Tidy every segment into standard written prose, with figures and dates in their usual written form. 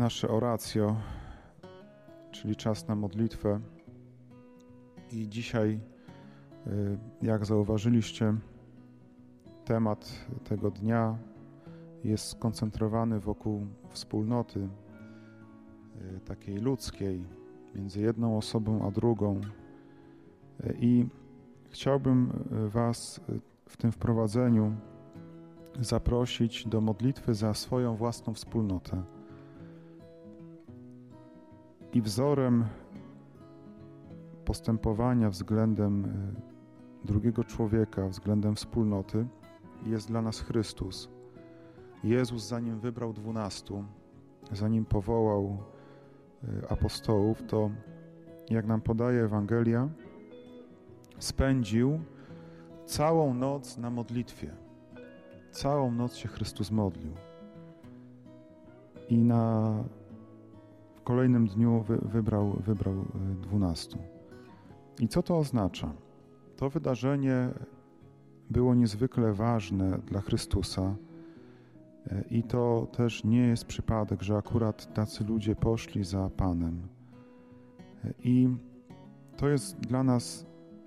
nasze oracjo, czyli czas na modlitwę. I dzisiaj, jak zauważyliście, temat tego dnia jest skoncentrowany wokół wspólnoty takiej ludzkiej, między jedną osobą a drugą. I chciałbym Was w tym wprowadzeniu zaprosić do modlitwy za swoją własną wspólnotę. I wzorem postępowania względem drugiego człowieka, względem wspólnoty jest dla nas Chrystus. Jezus, zanim wybrał 12, zanim powołał apostołów, to, jak nam podaje Ewangelia, spędził całą noc na modlitwie. Całą noc się Chrystus modlił. I na kolejnym dniu wybrał 12. I co to oznacza? To wydarzenie było niezwykle ważne dla Chrystusa i to też nie jest przypadek, że akurat tacy ludzie poszli za Panem. I to jest dla nas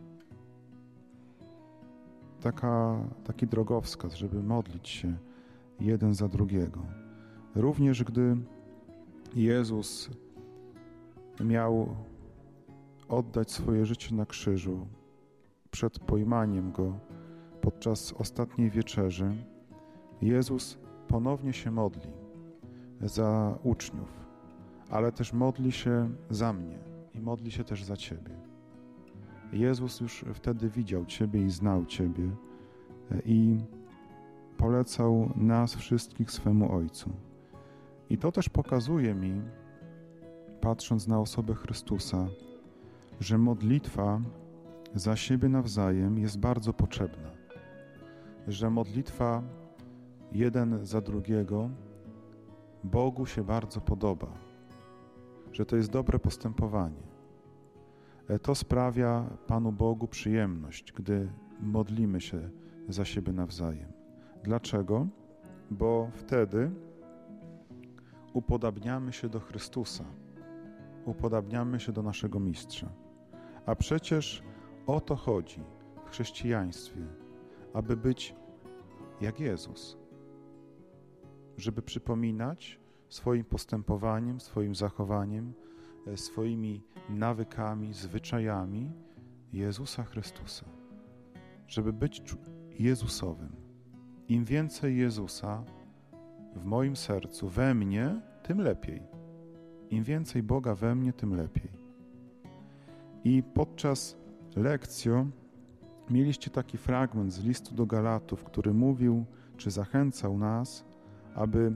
taki drogowskaz, żeby modlić się jeden za drugiego. Również gdy Jezus miał oddać swoje życie na krzyżu przed pojmaniem Go podczas ostatniej wieczerzy, Jezus ponownie się modli za uczniów, ale też modli się za mnie i modli się też za Ciebie. Jezus już wtedy widział Ciebie i znał Ciebie i polecał nas wszystkich swemu Ojcu. I to też pokazuje mi, patrząc na osobę Chrystusa, że modlitwa za siebie nawzajem jest bardzo potrzebna. Że modlitwa jeden za drugiego Bogu się bardzo podoba. Że to jest dobre postępowanie. To sprawia Panu Bogu przyjemność, gdy modlimy się za siebie nawzajem. Dlaczego? Bo wtedy upodabniamy się do Chrystusa. Upodabniamy się do naszego Mistrza. A przecież o to chodzi w chrześcijaństwie, aby być jak Jezus. Żeby przypominać swoim postępowaniem, swoim zachowaniem, swoimi nawykami, zwyczajami Jezusa Chrystusa. Żeby być Jezusowym. Im więcej Jezusa w moim sercu, we mnie, tym lepiej. Im więcej Boga we mnie, tym lepiej. I podczas lekcjo mieliście taki fragment z listu do Galatów, który mówił, czy zachęcał nas, aby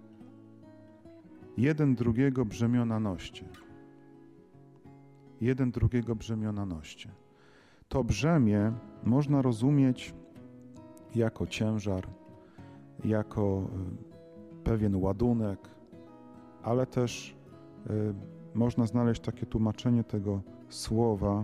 jeden drugiego brzemiona noście. Jeden drugiego brzemiona noście. To brzemię można rozumieć jako ciężar, jako pewien ładunek, ale też można znaleźć takie tłumaczenie tego słowa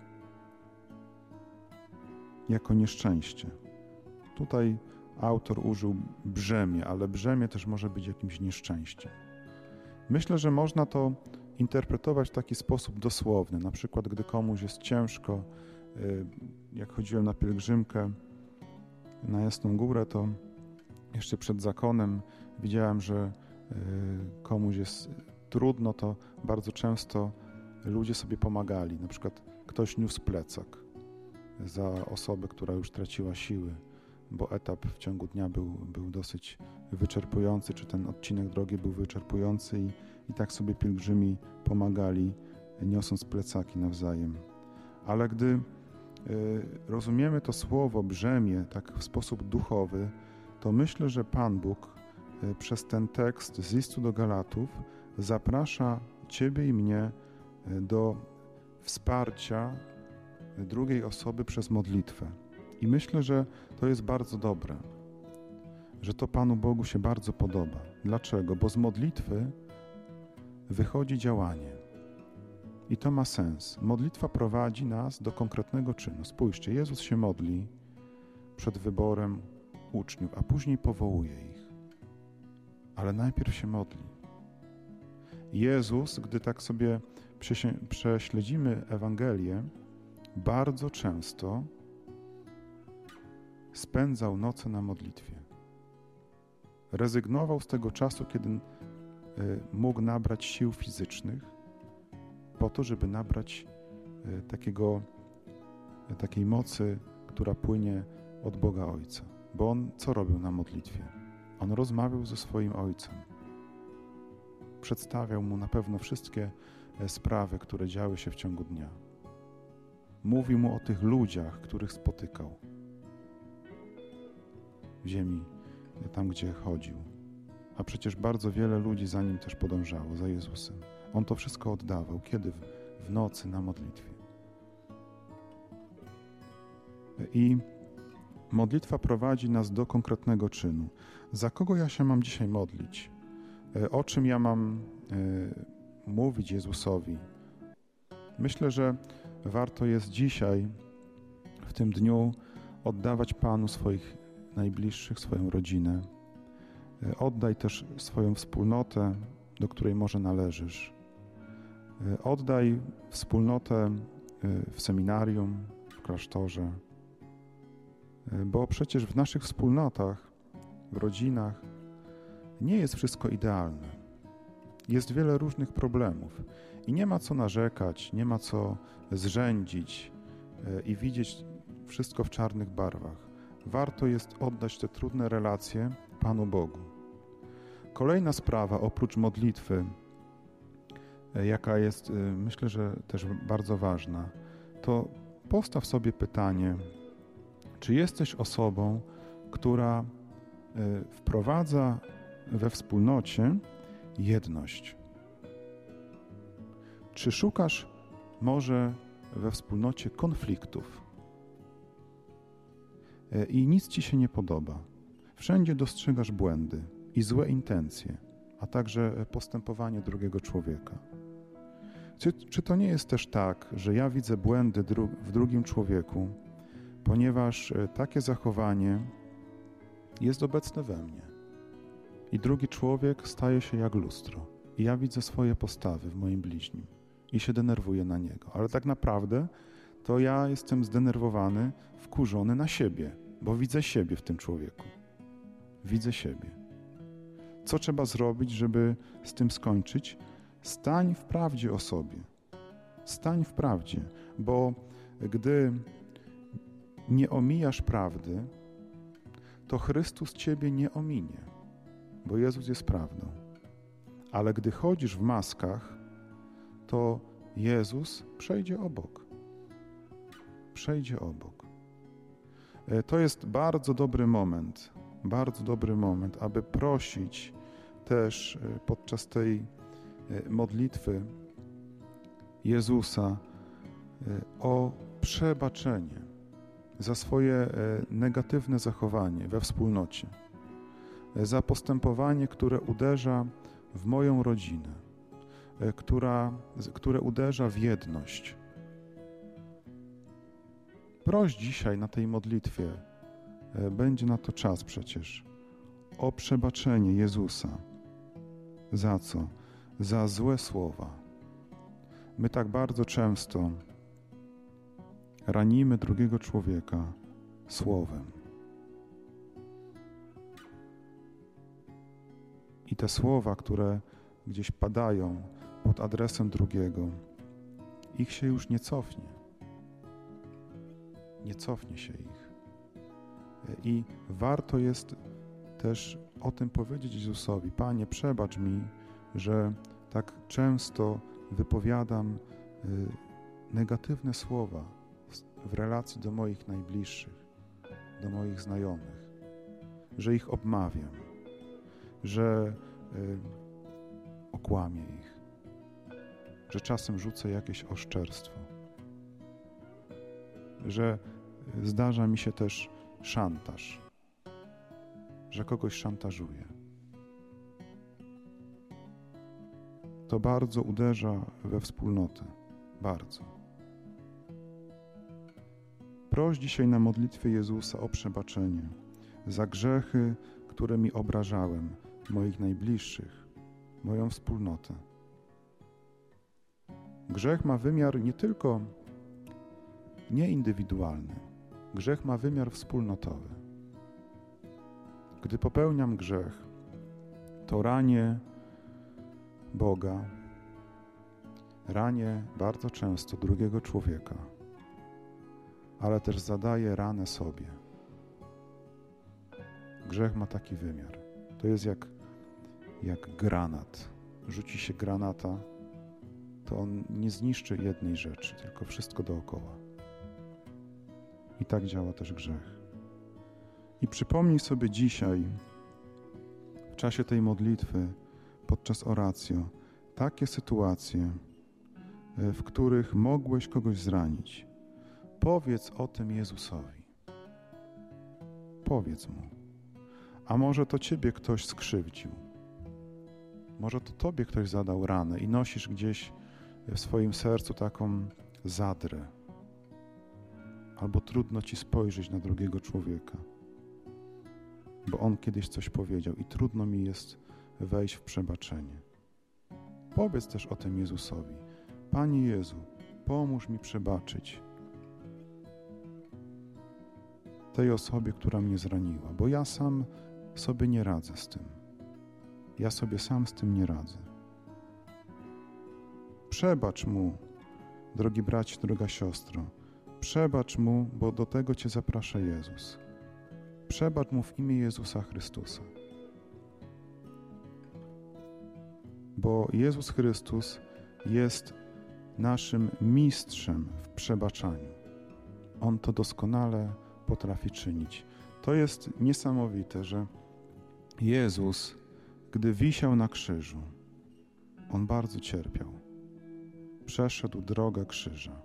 jako nieszczęście. Tutaj autor użył brzemię, ale brzemię też może być jakimś nieszczęściem. Myślę, że można to interpretować w taki sposób dosłowny. Na przykład, gdy komuś jest ciężko, jak chodziłem na pielgrzymkę na Jasną Górę, to jeszcze przed zakonem widziałem, że komuś jest trudno, to bardzo często ludzie sobie pomagali. Na przykład ktoś niósł plecak za osobę, która już traciła siły, bo etap w ciągu dnia był dosyć wyczerpujący, czy ten odcinek drogi był wyczerpujący i tak sobie pielgrzymi pomagali, niosąc plecaki nawzajem. Ale gdy rozumiemy to słowo brzemię tak w sposób duchowy, to myślę, że Pan Bóg przez ten tekst z listu do Galatów zaprasza Ciebie i mnie do wsparcia drugiej osoby przez modlitwę. I myślę, że to jest bardzo dobre, że to Panu Bogu się bardzo podoba. Dlaczego? Bo z modlitwy wychodzi działanie. I to ma sens. Modlitwa prowadzi nas do konkretnego czynu. Spójrzcie, Jezus się modli przed wyborem uczniów, a później powołuje ich. Ale najpierw się modli. Jezus, gdy tak sobie prześledzimy Ewangelię, bardzo często spędzał noce na modlitwie. Rezygnował z tego czasu, kiedy mógł nabrać sił fizycznych, po to, żeby nabrać takiej mocy, która płynie od Boga Ojca. Bo on co robił na modlitwie? On rozmawiał ze swoim Ojcem. Przedstawiał mu na pewno wszystkie sprawy, które działy się w ciągu dnia. Mówił mu o tych ludziach, których spotykał w ziemi, tam gdzie chodził. A przecież bardzo wiele ludzi za nim też podążało, za Jezusem. On to wszystko oddawał. Kiedy? W nocy na modlitwie. I modlitwa prowadzi nas do konkretnego czynu. Za kogo ja się mam dzisiaj modlić? O czym ja mam mówić Jezusowi? Myślę, że warto jest dzisiaj, w tym dniu, oddawać Panu swoich najbliższych, swoją rodzinę. Oddaj też swoją wspólnotę, do której może należysz. Oddaj wspólnotę w seminarium, w klasztorze, bo przecież w naszych wspólnotach, w rodzinach nie jest wszystko idealne. Jest wiele różnych problemów i nie ma co narzekać, nie ma co zrzędzić i widzieć wszystko w czarnych barwach. Warto jest oddać te trudne relacje Panu Bogu. Kolejna sprawa, oprócz modlitwy, jaka jest, myślę, że też bardzo ważna, to postaw sobie pytanie, czy jesteś osobą, która wprowadza we wspólnocie jedność? Czy szukasz może we wspólnocie konfliktów i nic ci się nie podoba? Wszędzie dostrzegasz błędy i złe intencje, a także postępowanie drugiego człowieka. Czy to nie jest też tak, że ja widzę błędy w drugim człowieku, ponieważ takie zachowanie jest obecne we mnie. I drugi człowiek staje się jak lustro. I ja widzę swoje postawy w moim bliźnim i się denerwuję na niego. Ale tak naprawdę to ja jestem zdenerwowany, wkurzony na siebie, bo widzę siebie w tym człowieku. Widzę siebie. Co trzeba zrobić, żeby z tym skończyć? Stań w prawdzie o sobie. Stań w prawdzie, bo gdy nie omijasz prawdy, to Chrystus ciebie nie ominie, bo Jezus jest prawdą. Ale gdy chodzisz w maskach, to Jezus przejdzie obok. Przejdzie obok. To jest bardzo dobry moment, aby prosić też podczas tej modlitwy Jezusa o przebaczenie za swoje negatywne zachowanie we wspólnocie, za postępowanie, które uderza w moją rodzinę, które uderza w jedność. Proś dzisiaj na tej modlitwie, będzie na to czas przecież, o przebaczenie Jezusa. Za co? Za złe słowa. My tak bardzo często ranimy drugiego człowieka słowem. I te słowa, które gdzieś padają pod adresem drugiego, ich się już nie cofnie. Nie cofnie się ich. I warto jest też o tym powiedzieć Jezusowi: Panie, przebacz mi, że tak często wypowiadam negatywne słowa w relacji do moich najbliższych, do moich znajomych, że ich obmawiam, że okłamię ich, że czasem rzucę jakieś oszczerstwo, że zdarza mi się też szantaż, że kogoś szantażuję. To bardzo uderza we wspólnotę. Bardzo. Proś dzisiaj na modlitwie Jezusa o przebaczenie za grzechy, które mi obrażałem, moich najbliższych, moją wspólnotę. Grzech ma wymiar nie tylko nieindywidualny. Grzech ma wymiar wspólnotowy. Gdy popełniam grzech, to ranię Boga, ranię bardzo często drugiego człowieka, ale też zadaję ranę sobie. Grzech ma taki wymiar. To jest jak granat. Rzuci się granata, to on nie zniszczy jednej rzeczy, tylko wszystko dookoła. I tak działa też grzech. I przypomnij sobie dzisiaj, w czasie tej modlitwy, podczas oracji, takie sytuacje, w których mogłeś kogoś zranić. Powiedz o tym Jezusowi. Powiedz Mu. A może to Ciebie ktoś skrzywdził. Może to Tobie ktoś zadał ranę i nosisz gdzieś w swoim sercu taką zadrę. Albo trudno Ci spojrzeć na drugiego człowieka, bo on kiedyś coś powiedział i trudno mi jest wejść w przebaczenie. Powiedz też o tym Jezusowi. Panie Jezu, pomóż mi przebaczyć tej osobie, która mnie zraniła, bo ja sam sobie nie radzę z tym. Ja sobie sam z tym nie radzę. Przebacz mu, drogi bracie, droga siostro. Przebacz mu, bo do tego Cię zaprasza Jezus. Przebacz mu w imię Jezusa Chrystusa. Bo Jezus Chrystus jest naszym mistrzem w przebaczaniu. On to doskonale potrafi czynić. To jest niesamowite, że Jezus, gdy wisiał na krzyżu, On bardzo cierpiał. Przeszedł drogę krzyża.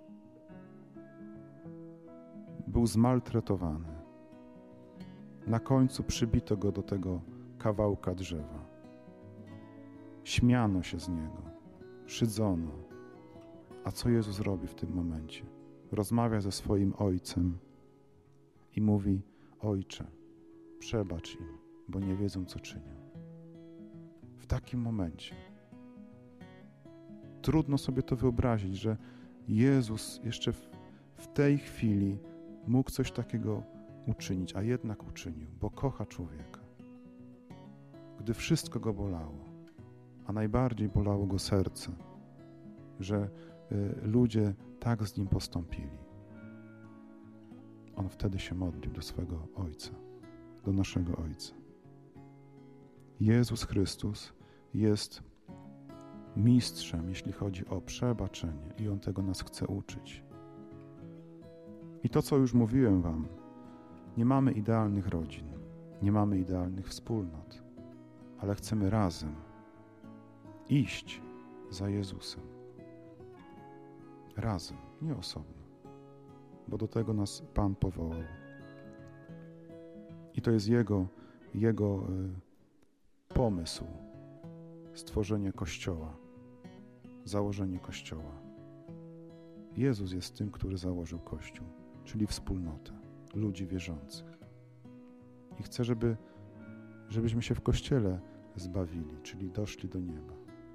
Był zmaltretowany. Na końcu przybito Go do tego kawałka drzewa. Śmiano się z Niego. Szydzono. A co Jezus robi w tym momencie? Rozmawia ze swoim Ojcem i mówi: Ojcze, przebacz im, bo nie wiedzą, co czynią. W takim momencie trudno sobie to wyobrazić, że Jezus jeszcze w tej chwili mógł coś takiego uczynić, a jednak uczynił, bo kocha człowieka. Gdy wszystko go bolało, a najbardziej bolało go serce, że ludzie tak z nim postąpili. On wtedy się modlił do swego Ojca, do naszego Ojca. Jezus Chrystus jest mistrzem, jeśli chodzi o przebaczenie i On tego nas chce uczyć. I to, co już mówiłem Wam, nie mamy idealnych rodzin, nie mamy idealnych wspólnot, ale chcemy razem iść za Jezusem. Razem, nie osobno, bo do tego nas Pan powołał. I to jest Jego pomysł, stworzenie Kościoła, założenie Kościoła. Jezus jest tym, który założył Kościół, czyli wspólnotę ludzi wierzących. I chce, żebyśmy się w Kościele zbawili, czyli doszli do nieba.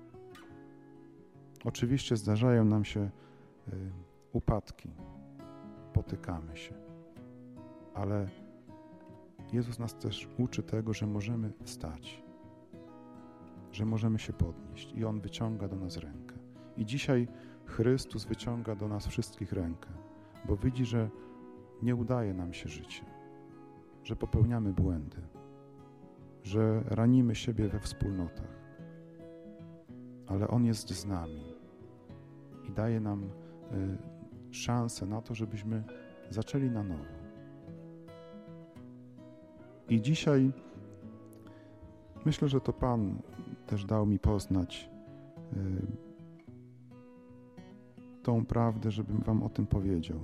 Oczywiście zdarzają nam się upadki, potykamy się, ale Jezus nas też uczy tego, że możemy wstać, że możemy się podnieść i On wyciąga do nas rękę. I dzisiaj Chrystus wyciąga do nas wszystkich rękę, bo widzi, że nie udaje nam się życie, że popełniamy błędy, że ranimy siebie we wspólnotach, ale On jest z nami i daje nam szansę na to, żebyśmy zaczęli na nowo. I dzisiaj myślę, że to Pan też dał mi poznać tą prawdę, żebym Wam o tym powiedział.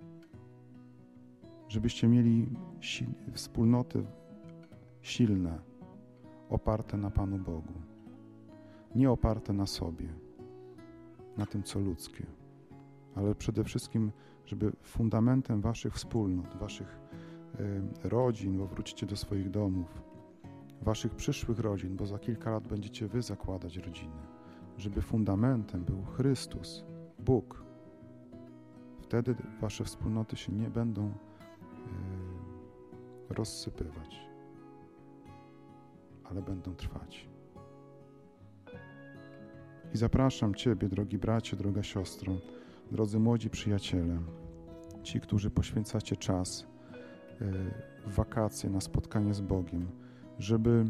Żebyście mieli wspólnoty silne, oparte na Panu Bogu. Nie oparte na sobie, na tym, co ludzkie, ale przede wszystkim, żeby fundamentem waszych wspólnot, waszych rodzin, bo wrócicie do swoich domów, waszych przyszłych rodzin, bo za kilka lat będziecie wy zakładać rodziny, żeby fundamentem był Chrystus, Bóg. Wtedy wasze wspólnoty się nie będą rozsypywać, ale będą trwać. I zapraszam Ciebie, drogi bracie, droga siostro, drodzy młodzi przyjaciele, ci, którzy poświęcacie czas w wakacje na spotkanie z Bogiem, żeby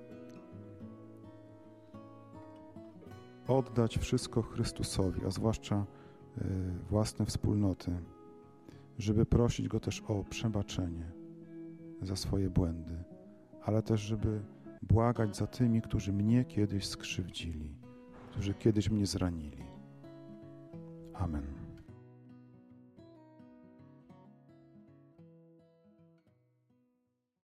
oddać wszystko Chrystusowi, a zwłaszcza własne wspólnoty, żeby prosić Go też o przebaczenie za swoje błędy, ale też żeby błagać za tymi, którzy mnie kiedyś skrzywdzili, którzy kiedyś mnie zranili. Amen.